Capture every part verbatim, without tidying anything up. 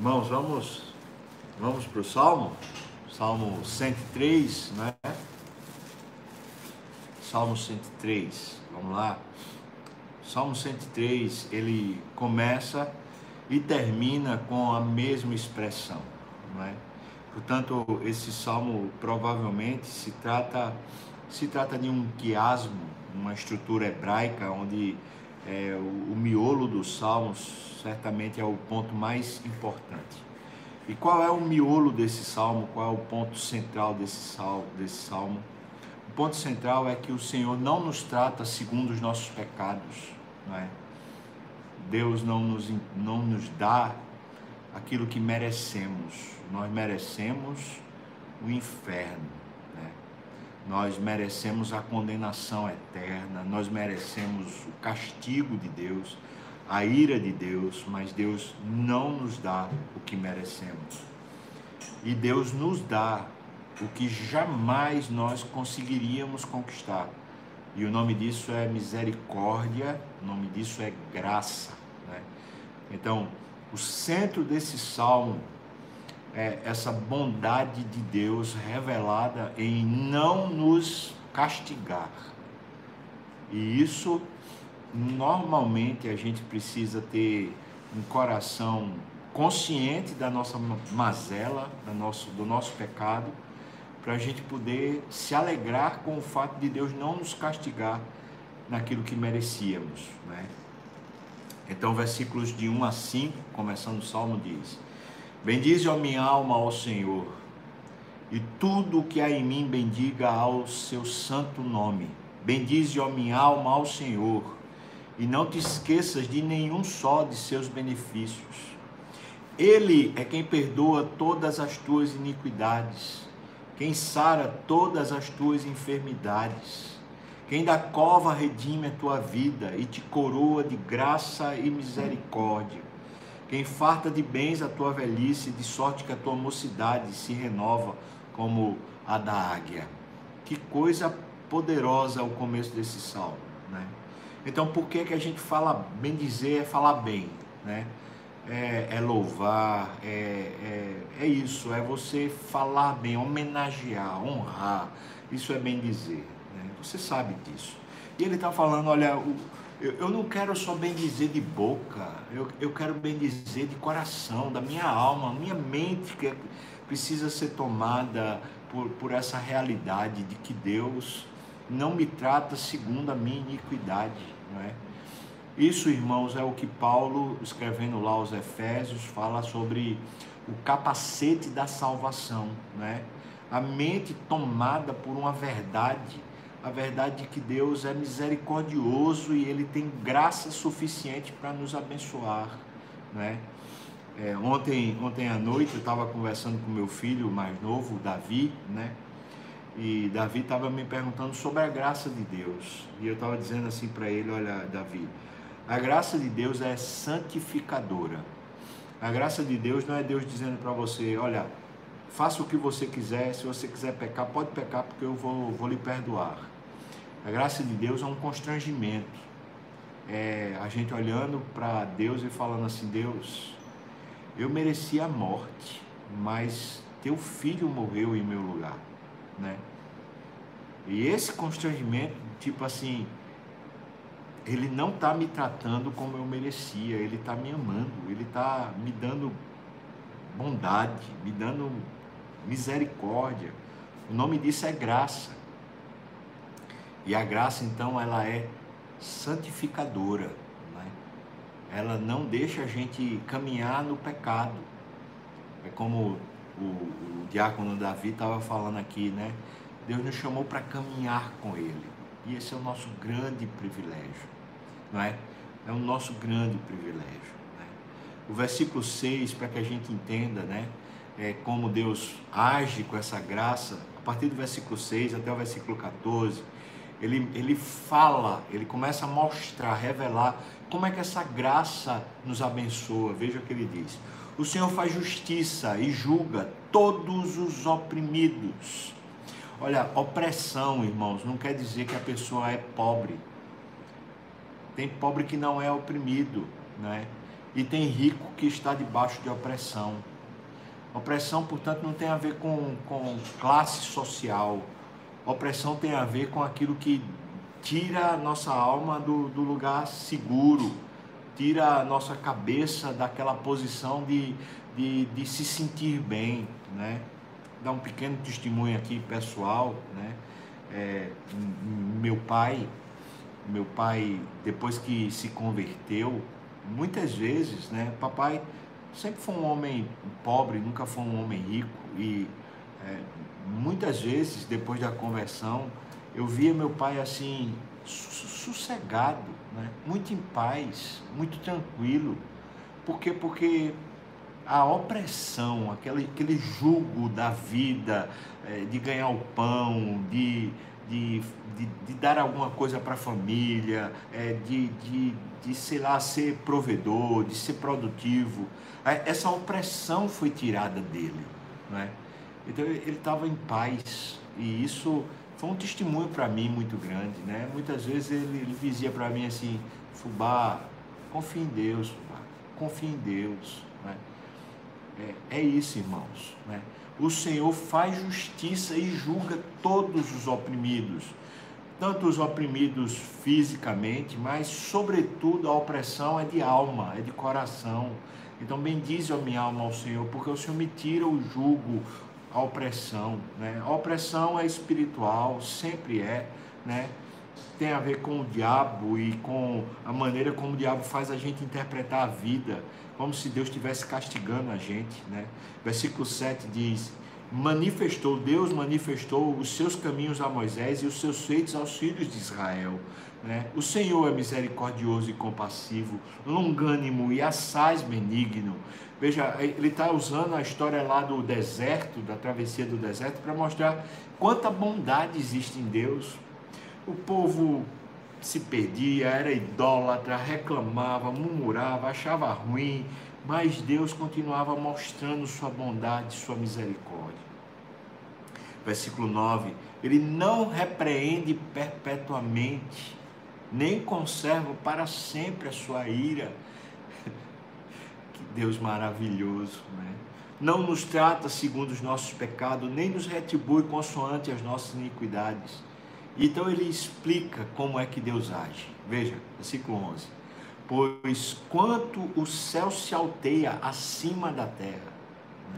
Irmãos, vamos, vamos para o Salmo, Salmo cento e três, né? Salmo cento e três, vamos lá. Salmo cento e três, ele começa e termina com a mesma expressão, não é? Portanto, esse salmo provavelmente se trata, se trata de um quiasmo, uma estrutura hebraica, onde é, o, o miolo dos salmos certamente é o ponto mais importante. E qual é o miolo desse salmo? Qual é o ponto central desse salmo? Desse salmo? O ponto central é que o Senhor não nos trata segundo os nossos pecados, não é? Deus não nos, não nos dá aquilo que merecemos. Nós merecemos o inferno, né? Nós merecemos a condenação eterna, nós merecemos o castigo de Deus, a ira de Deus, mas Deus não nos dá o que merecemos. E Deus nos dá o que jamais nós conseguiríamos conquistar. E o nome disso é misericórdia, o nome disso é graça, né? Então, o centro desse salmo é essa bondade de Deus revelada em não nos castigar. E isso, normalmente, a gente precisa ter um coração consciente da nossa mazela, do nosso, do nosso pecado, para a gente poder se alegrar com o fato de Deus não nos castigar naquilo que merecíamos, né? Então, versículos de um a cinco, começando o salmo, diz: Bendize, ó minha alma, ao Senhor, e tudo o que há em mim bendiga ao seu santo nome. Bendize, ó minha alma, ao Senhor, e não te esqueças de nenhum só de seus benefícios. Ele é quem perdoa todas as tuas iniquidades, quem sara todas as tuas enfermidades, quem da cova redime a tua vida e te coroa de graça e misericórdia, quem farta de bens a tua velhice, de sorte que a tua mocidade se renova como a da águia. Que coisa poderosa é o começo desse salmo, né? Então, por que que a gente fala, bem dizer é falar bem, né? É, é louvar, é, é, é isso, é você falar bem, homenagear, honrar, isso é bem dizer, né? Você sabe disso. E ele está falando, olha, o, eu, eu não quero só bem dizer de boca, eu, eu quero bem dizer de coração, da minha alma, minha mente que precisa ser tomada por, por essa realidade de que Deus não me trata segundo a minha iniquidade, não é? Isso, irmãos, é o que Paulo, escrevendo lá aos Efésios, fala sobre o capacete da salvação, né? A mente tomada por uma verdade, a verdade de que Deus é misericordioso e Ele tem graça suficiente para nos abençoar, né? É, ontem, ontem à noite eu estava conversando com meu filho mais novo, Davi, né? E Davi estava me perguntando sobre a graça de Deus. E eu estava dizendo assim para ele, olha, Davi, a graça de Deus é santificadora. A graça de Deus não é Deus dizendo para você, olha, faça o que você quiser, se você quiser pecar, pode pecar porque eu vou, vou lhe perdoar. A graça de Deus é um constrangimento. É a gente olhando para Deus e falando assim, Deus, eu merecia a morte, mas teu filho morreu em meu lugar, né? E esse constrangimento, tipo assim, Ele não está me tratando como eu merecia, Ele está me amando, Ele está me dando bondade, me dando misericórdia. O nome disso é graça. E a graça, então, ela é santificadora, né? Ela não deixa a gente caminhar no pecado. É como o, o diácono Davi estava falando aqui, né? Deus nos chamou para caminhar com Ele. E esse é o nosso grande privilégio, não é? É o nosso grande privilégio, né? O versículo seis, para que a gente entenda, né? É, como Deus age com essa graça, a partir do versículo seis até o versículo quatorze, ele, ele fala, ele começa a mostrar, revelar como é que essa graça nos abençoa. Veja o que ele diz: o Senhor faz justiça e julga todos os oprimidos. Olha, opressão, irmãos, não quer dizer que a pessoa é pobre. Tem pobre que não é oprimido, né? e tem rico que está debaixo de opressão. Opressão, portanto, não tem a ver com, com classe social. Opressão tem a ver com aquilo que tira a nossa alma do, do lugar seguro, tira a nossa cabeça daquela posição de, de, de se sentir bem, né? Dar um pequeno testemunho aqui pessoal, né? É, meu pai, meu pai, depois que se converteu, muitas vezes, né? Papai sempre foi um homem pobre, nunca foi um homem rico, e é, muitas vezes, depois da conversão, eu via meu pai assim, sossegado, né? Muito em paz, muito tranquilo. Por quê? Porque a opressão, aquele, aquele jugo da vida, é, de ganhar o pão, de, de, de, de dar alguma coisa para a família, é, de, de, de, sei lá, ser provedor, de ser produtivo, essa opressão foi tirada dele, né? Então ele estava em paz, e isso foi um testemunho para mim muito grande, né? Muitas vezes ele, ele dizia para mim assim: Fubá, confia em Deus, Fubá, confia em Deus, né? É, é isso, irmãos, né? O Senhor faz justiça e julga todos os oprimidos, tanto os oprimidos fisicamente, mas sobretudo a opressão é de alma, é de coração. Então bendize a minha alma ao Senhor, porque o Senhor me tira o jugo, a opressão, né? A opressão é espiritual, sempre é, né? Tem a ver com o diabo e com a maneira como o diabo faz a gente interpretar a vida, como se Deus estivesse castigando a gente, né? Versículo sete diz: manifestou, Deus manifestou os seus caminhos a Moisés e os seus feitos aos filhos de Israel, né? O Senhor é misericordioso e compassivo, longânimo e assaz benigno. Veja, ele está usando a história lá do deserto, da travessia do deserto, para mostrar quanta bondade existe em Deus. O povo se perdia, era idólatra, reclamava, murmurava, achava ruim, mas Deus continuava mostrando sua bondade, sua misericórdia. Versículo nove: ele não repreende perpetuamente, nem conserva para sempre a sua ira. Que Deus maravilhoso, né? Não nos trata segundo os nossos pecados, nem nos retribui consoante as nossas iniquidades. Então ele explica como é que Deus age. Veja, versículo onze: pois quanto o céu se alteia acima da terra, né?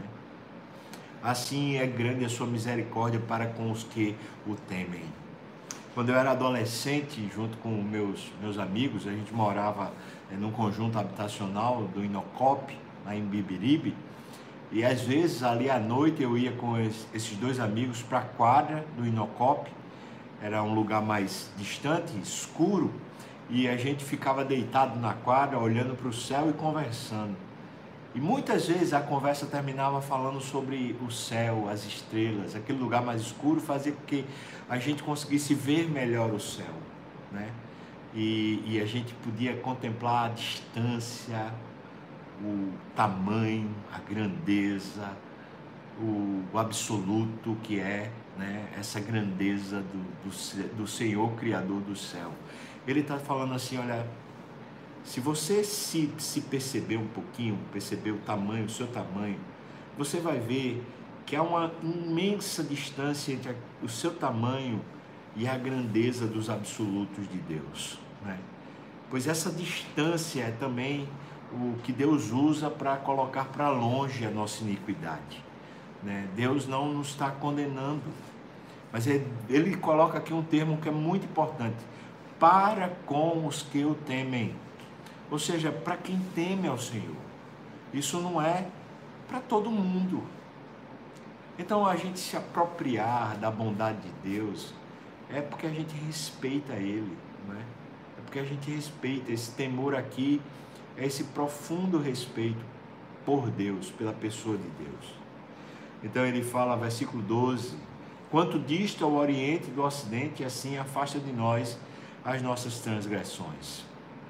Assim é grande a sua misericórdia para com os que o temem. Quando eu era adolescente, junto com meus, meus amigos, a gente morava é, num conjunto habitacional do Inocop, lá em Bibiribe, e às vezes ali à noite eu ia com esses dois amigos para a quadra do Inocop. Era um lugar mais distante, escuro, e a gente ficava deitado na quadra, olhando para o céu e conversando. E muitas vezes a conversa terminava falando sobre o céu, as estrelas. Aquele lugar mais escuro fazia com que a gente conseguisse ver melhor o céu, né? E, e a gente podia contemplar a distância, o tamanho, a grandeza, o, o absoluto que é, né, essa grandeza do, do, do Senhor Criador do céu. Ele está falando assim: olha, se você se, se perceber um pouquinho, perceber o tamanho, o seu tamanho, você vai ver que há uma imensa distância entre o seu tamanho e a grandeza dos absolutos de Deus, né? Pois essa distância é também o que Deus usa para colocar para longe a nossa iniquidade, né? Deus não nos está condenando, mas ele coloca aqui um termo que é muito importante: para com os que o temem. Ou seja, para quem teme ao Senhor. Isso não é para todo mundo. Então a gente se apropriar da bondade de Deus é porque a gente respeita Ele, não é? É porque a gente respeita. Esse temor aqui é esse profundo respeito por Deus, pela pessoa de Deus. Então ele fala, versículo doze: quanto dista o Oriente do Ocidente, assim afasta de nós as nossas transgressões.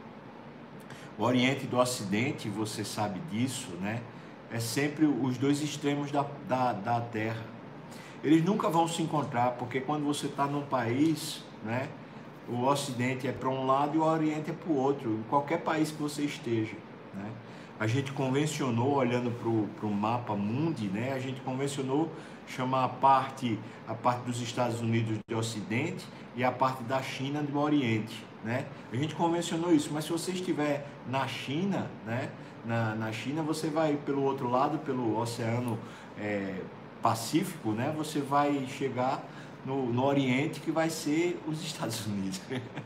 O Oriente do Ocidente, você sabe disso, né? É sempre os dois extremos da, da, da terra. Eles nunca vão se encontrar, porque quando você está num país, né, o Ocidente é para um lado e o Oriente é para o outro, em qualquer país que você esteja, né? A gente convencionou, olhando para o mapa mundi, né? A gente convencionou chamar a parte, a parte dos Estados Unidos de Ocidente e a parte da China do Oriente, né? A gente convencionou isso, mas se você estiver na China, né? Na, na China, você vai pelo outro lado, pelo Oceano é, Pacífico, né? Você vai chegar no, no Oriente, que vai ser os Estados Unidos.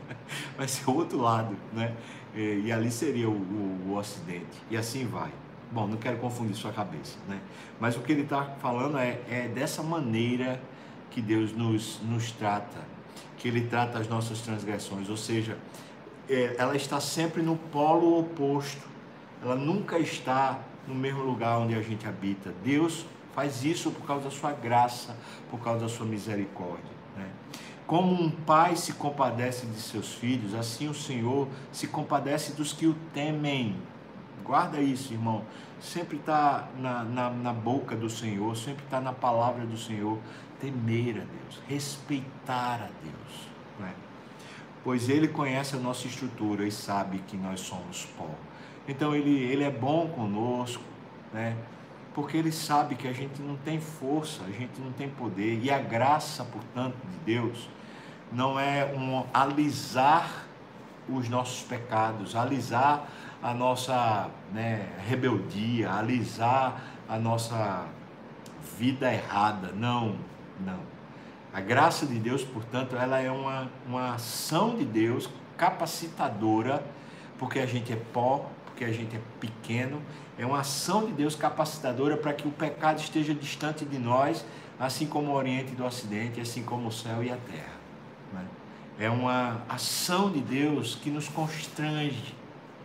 Vai ser o outro lado, né? E, e ali seria o, o, o Ocidente. E assim vai. Bom, não quero confundir sua cabeça, né? Mas o que ele está falando é, é dessa maneira que Deus nos, nos trata, que Ele trata as nossas transgressões, ou seja, é, ela está sempre no polo oposto, ela nunca está no mesmo lugar onde a gente habita. Deus faz isso por causa da sua graça, por causa da sua misericórdia, né? Como um pai se compadece de seus filhos, assim o Senhor se compadece dos que o temem. Guarda isso, irmão. Sempre está na, na, na boca do Senhor, sempre está na palavra do Senhor. Temer a Deus, respeitar a Deus, não é? Pois Ele conhece a nossa estrutura e sabe que nós somos pó. Então Ele, ele é bom conosco, né? Porque Ele sabe que a gente não tem força, a gente não tem poder. E a graça, portanto, de Deus não é um alisar os nossos pecados, alisar a nossa, né, rebeldia, alisar a nossa vida errada. Não, não. A graça de Deus, portanto, ela é uma, uma ação de Deus capacitadora, porque a gente é pó, porque a gente é pequeno. É uma ação de Deus capacitadora para que o pecado esteja distante de nós, assim como o Oriente do Ocidente, assim como o céu e a terra, né? É uma ação de Deus que nos constrange,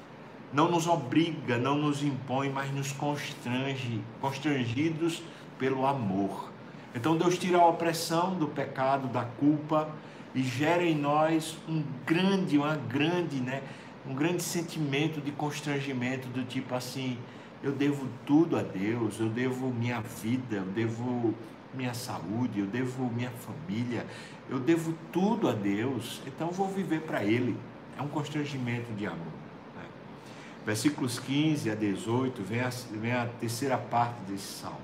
não nos obriga, não nos impõe, mas nos constrange, constrangidos pelo amor. Então Deus tira a opressão do pecado, da culpa, e gera em nós um grande, uma grande, né, um grande sentimento de constrangimento, do tipo assim: eu devo tudo a Deus, eu devo minha vida, eu devo minha saúde, eu devo minha família, eu devo tudo a Deus, então vou viver para Ele. É um constrangimento de amor, né? Versículos quinze a dezoito, vem a, vem a terceira parte desse salmo.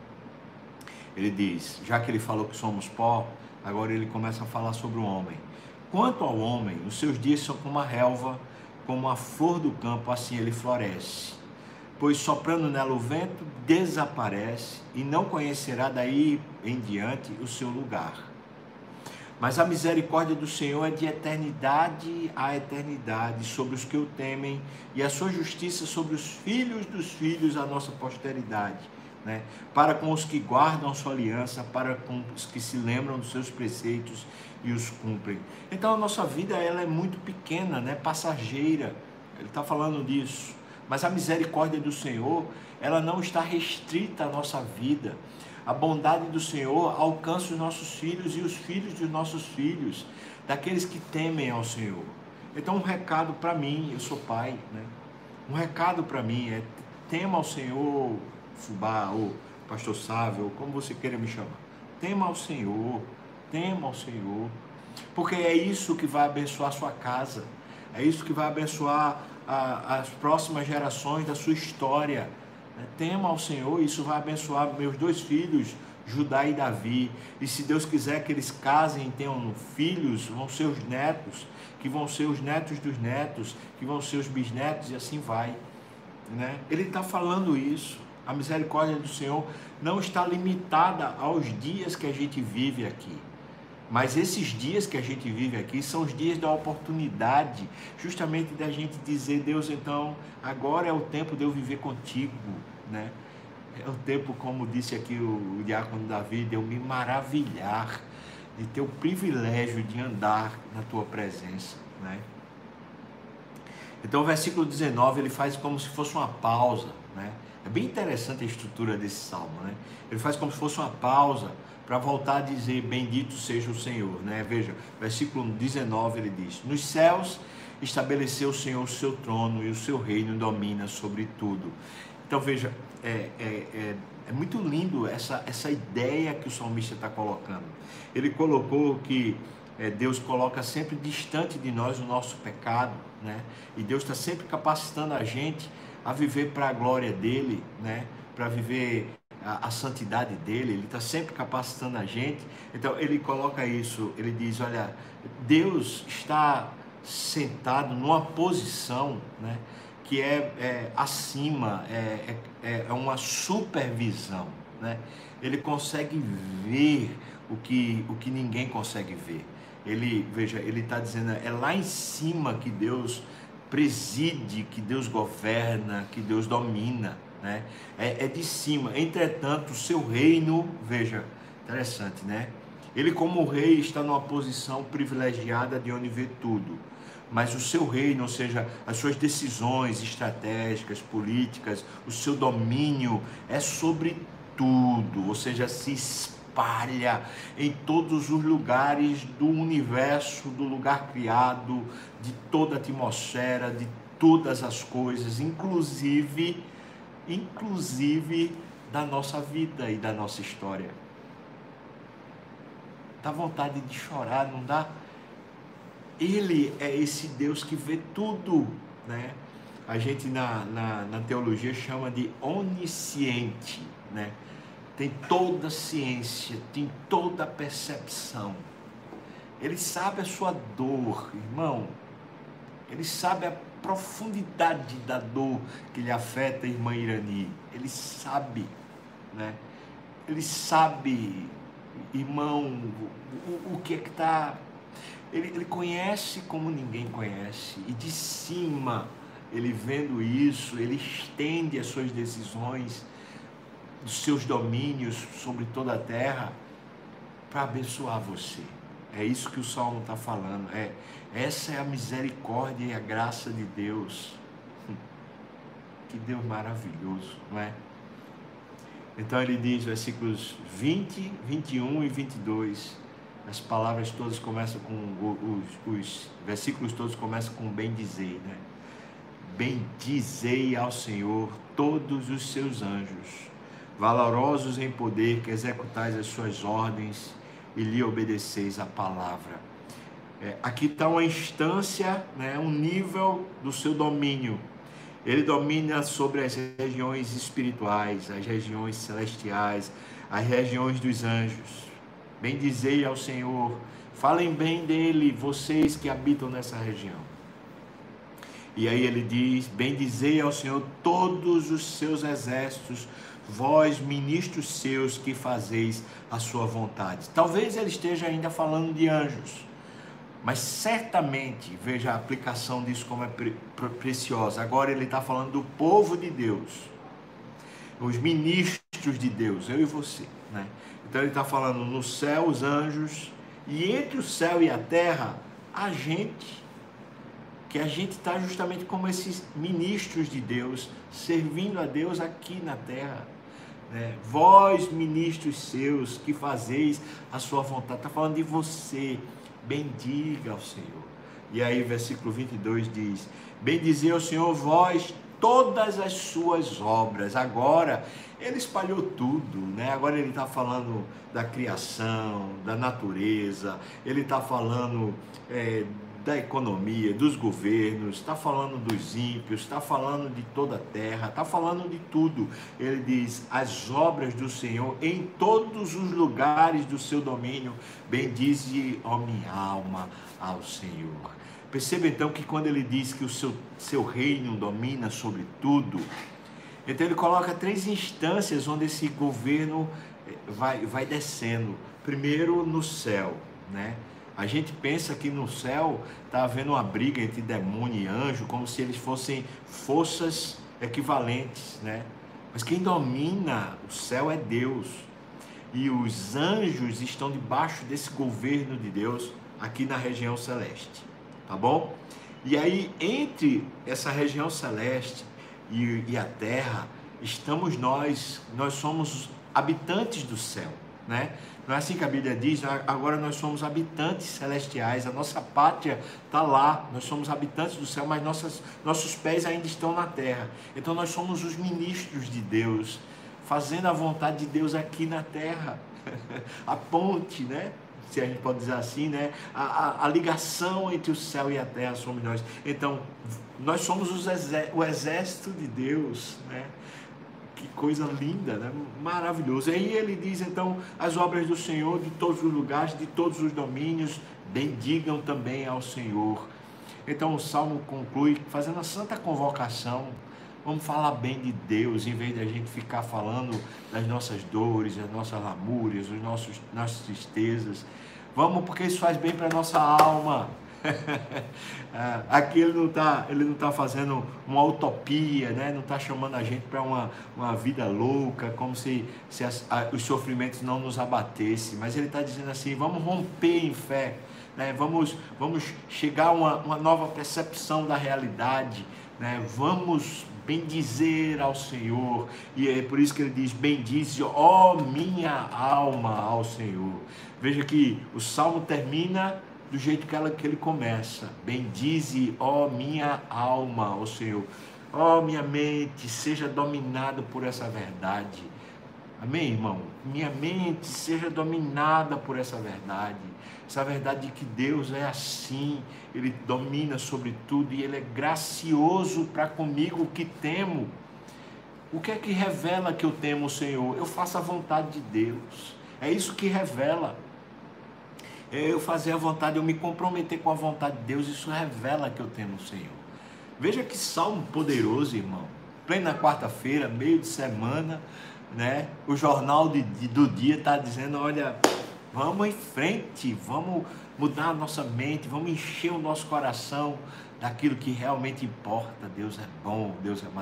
Ele diz, já que ele falou que somos pó, agora ele começa a falar sobre o homem. Quanto ao homem, os seus dias são como a relva, como a flor do campo, assim ele floresce. Pois soprando nela o vento, desaparece, e não conhecerá daí em diante o seu lugar. Mas a misericórdia do Senhor é de eternidade a eternidade sobre os que o temem, e a sua justiça sobre os filhos dos filhos, a nossa posteridade, né? Para com os que guardam a sua aliança, para com os que se lembram dos seus preceitos e os cumprem. Então a nossa vida, ela é muito pequena, né? Passageira. Ele está falando disso. Mas a misericórdia do Senhor, ela não está restrita à nossa vida. A bondade do Senhor alcança os nossos filhos e os filhos dos nossos filhos, daqueles que temem ao Senhor. Então um recado para mim, eu sou pai, né? Um recado para mim é: tema ao Senhor, Fubá, ou Pastor Sávio, ou como você queira me chamar. Tema ao Senhor, tema ao Senhor, porque é isso que vai abençoar a sua casa, é isso que vai abençoar a, as próximas gerações da sua história. Tema ao Senhor, isso vai abençoar meus dois filhos, Judá e Davi, e se Deus quiser que eles casem e tenham filhos, vão ser os netos, que vão ser os netos dos netos, que vão ser os bisnetos, e assim vai, né? Ele está falando isso. A misericórdia do Senhor não está limitada aos dias que a gente vive aqui, mas esses dias que a gente vive aqui são os dias da oportunidade, justamente da gente dizer: Deus, então agora é o tempo de eu viver contigo, né? É o tempo, como disse aqui o, o diácono Davi, de eu me maravilhar, de ter o privilégio de andar na tua presença, né? Então o versículo dezenove, ele faz como se fosse uma pausa, né? É bem interessante a estrutura desse salmo, né? Ele faz como se fosse uma pausa para voltar a dizer: bendito seja o Senhor, né? Veja, versículo dezenove, ele diz: nos céus estabeleceu o Senhor o seu trono, e o seu reino domina sobre tudo. Então veja, é, é, é, é muito lindo essa, essa ideia que o salmista está colocando. Ele colocou que é, Deus coloca sempre distante de nós o nosso pecado, né? E Deus está sempre capacitando a gente a viver para a glória dele, né? Para viver a, a santidade dele. Ele está sempre capacitando a gente. Então ele coloca isso, ele diz, olha, Deus está sentado numa posição, né, que é, é acima, é, é, é uma supervisão, né? Ele consegue ver o que, o que ninguém consegue ver. Ele, veja, ele está dizendo, é lá em cima que Deus preside, que Deus governa, que Deus domina, né? É, é de cima. Entretanto, o seu reino, veja, interessante, né? Ele, como rei, está numa posição privilegiada de onde vê tudo. Mas o seu reino, ou seja, as suas decisões estratégicas, políticas, o seu domínio é sobre tudo, ou seja, se espalha em todos os lugares do universo, do lugar criado, de toda a atmosfera, de todas as coisas, inclusive, inclusive da nossa vida e da nossa história. Dá vontade de chorar, não dá? Ele é esse Deus que vê tudo, né? A gente na, na, na teologia chama de onisciente, né? Tem toda a ciência, tem toda a percepção. Ele sabe a sua dor, irmão. Ele sabe a profundidade da dor que lhe afeta a irmã Irani. Ele sabe, né? Ele sabe, irmão, o, o que é que está... Ele, ele conhece como ninguém conhece, e de cima, ele vendo isso, ele estende as suas decisões, os seus domínios sobre toda a terra, para abençoar você. É isso que o Salmo está falando, é, essa é a misericórdia e a graça de Deus. Que Deus maravilhoso, não é? Então ele diz, versículos vinte, vinte e um e vinte e dois... As palavras todas começam com, os, os versículos todos começam com bendizei, né? Bendizei ao Senhor todos os seus anjos, valorosos em poder, que executais as suas ordens e lhe obedeceis a palavra. É, aqui está uma instância, né, um nível do seu domínio. Ele domina sobre as regiões espirituais, as regiões celestiais, as regiões dos anjos. Bendizei ao Senhor, falem bem dele, vocês que habitam nessa região. E aí ele diz, bendizei ao Senhor todos os seus exércitos, vós ministros seus que fazeis a sua vontade. Talvez ele esteja ainda falando de anjos, mas certamente, veja a aplicação disso como é pre preciosa. Agora ele está falando do povo de Deus, os ministros de Deus, eu e você, né? Então ele está falando no céu os anjos, e entre o céu e a terra a gente, que a gente está justamente como esses ministros de Deus, servindo a Deus aqui na terra, né? Vós ministros seus que fazeis a sua vontade, está falando de você, bendiga ao Senhor. E aí versículo vinte e dois diz, bendizei ao Senhor vós todas as suas obras. Agora ele espalhou tudo, né? Agora ele está falando da criação, da natureza, ele está falando é, da economia, dos governos, está falando dos ímpios, está falando de toda a terra, está falando de tudo. Ele diz, as obras do Senhor em todos os lugares do seu domínio, bendize, ó minha alma, ao Senhor. Perceba então que quando ele diz que o seu, seu reino domina sobre tudo, então ele coloca três instâncias onde esse governo vai, vai descendo. Primeiro no céu, né? A gente pensa que no céu está havendo uma briga entre demônio e anjo, como se eles fossem forças equivalentes, né? Mas quem domina o céu é Deus. E os anjos estão debaixo desse governo de Deus aqui na região celeste. Tá bom? E aí, entre essa região celeste e, e a terra, estamos nós, nós somos habitantes do céu, né? Não é assim que a Bíblia diz, agora nós somos habitantes celestiais, a nossa pátria está lá, nós somos habitantes do céu, mas nossas, nossos pés ainda estão na terra. Então nós somos os ministros de Deus, fazendo a vontade de Deus aqui na terra. A ponte, né? Se a gente pode dizer assim, né? A, a, a ligação entre o céu e a terra somos nós. Então, Nós somos os exé- o exército de Deus, né? Que coisa linda, né? Maravilhoso. E aí ele diz, então, as obras do Senhor de todos os lugares, de todos os domínios, bendigam também ao Senhor. Então o Salmo conclui fazendo a santa convocação. Vamos falar bem de Deus, em vez de a gente ficar falando das nossas dores, das nossas lamúrias, das nossos, nossas tristezas. Vamos, porque isso faz bem para a nossa alma. Aqui ele não está ele não tá fazendo uma utopia, né? Não está chamando a gente para uma, uma vida louca, como se, se as, a, os sofrimentos não nos abatessem, mas ele está dizendo assim, vamos romper em fé, né? vamos, vamos chegar a uma, uma nova percepção da realidade, né? Vamos bendizer ao Senhor, e é por isso que ele diz, bendize, ó minha alma, ao Senhor. Veja que o Salmo termina do jeito que, ela, que ele começa, bendize, ó minha alma, ao Senhor. Ó minha mente, seja dominada por essa verdade. Amém, irmão? Minha mente seja dominada por essa verdade. Essa verdade de que Deus é assim, Ele domina sobre tudo e Ele é gracioso para comigo, o que temo. O que é que revela que eu temo o Senhor? Eu faço a vontade de Deus. É isso que revela. Eu fazer a vontade, eu me comprometer com a vontade de Deus, isso revela que eu temo o Senhor. Veja que salmo poderoso, irmão. Plena quarta-feira, meio de semana, né? O jornal de, de, do dia está dizendo, olha, vamos em frente, vamos mudar a nossa mente, vamos encher o nosso coração daquilo que realmente importa. Deus é bom, Deus é maravilhoso.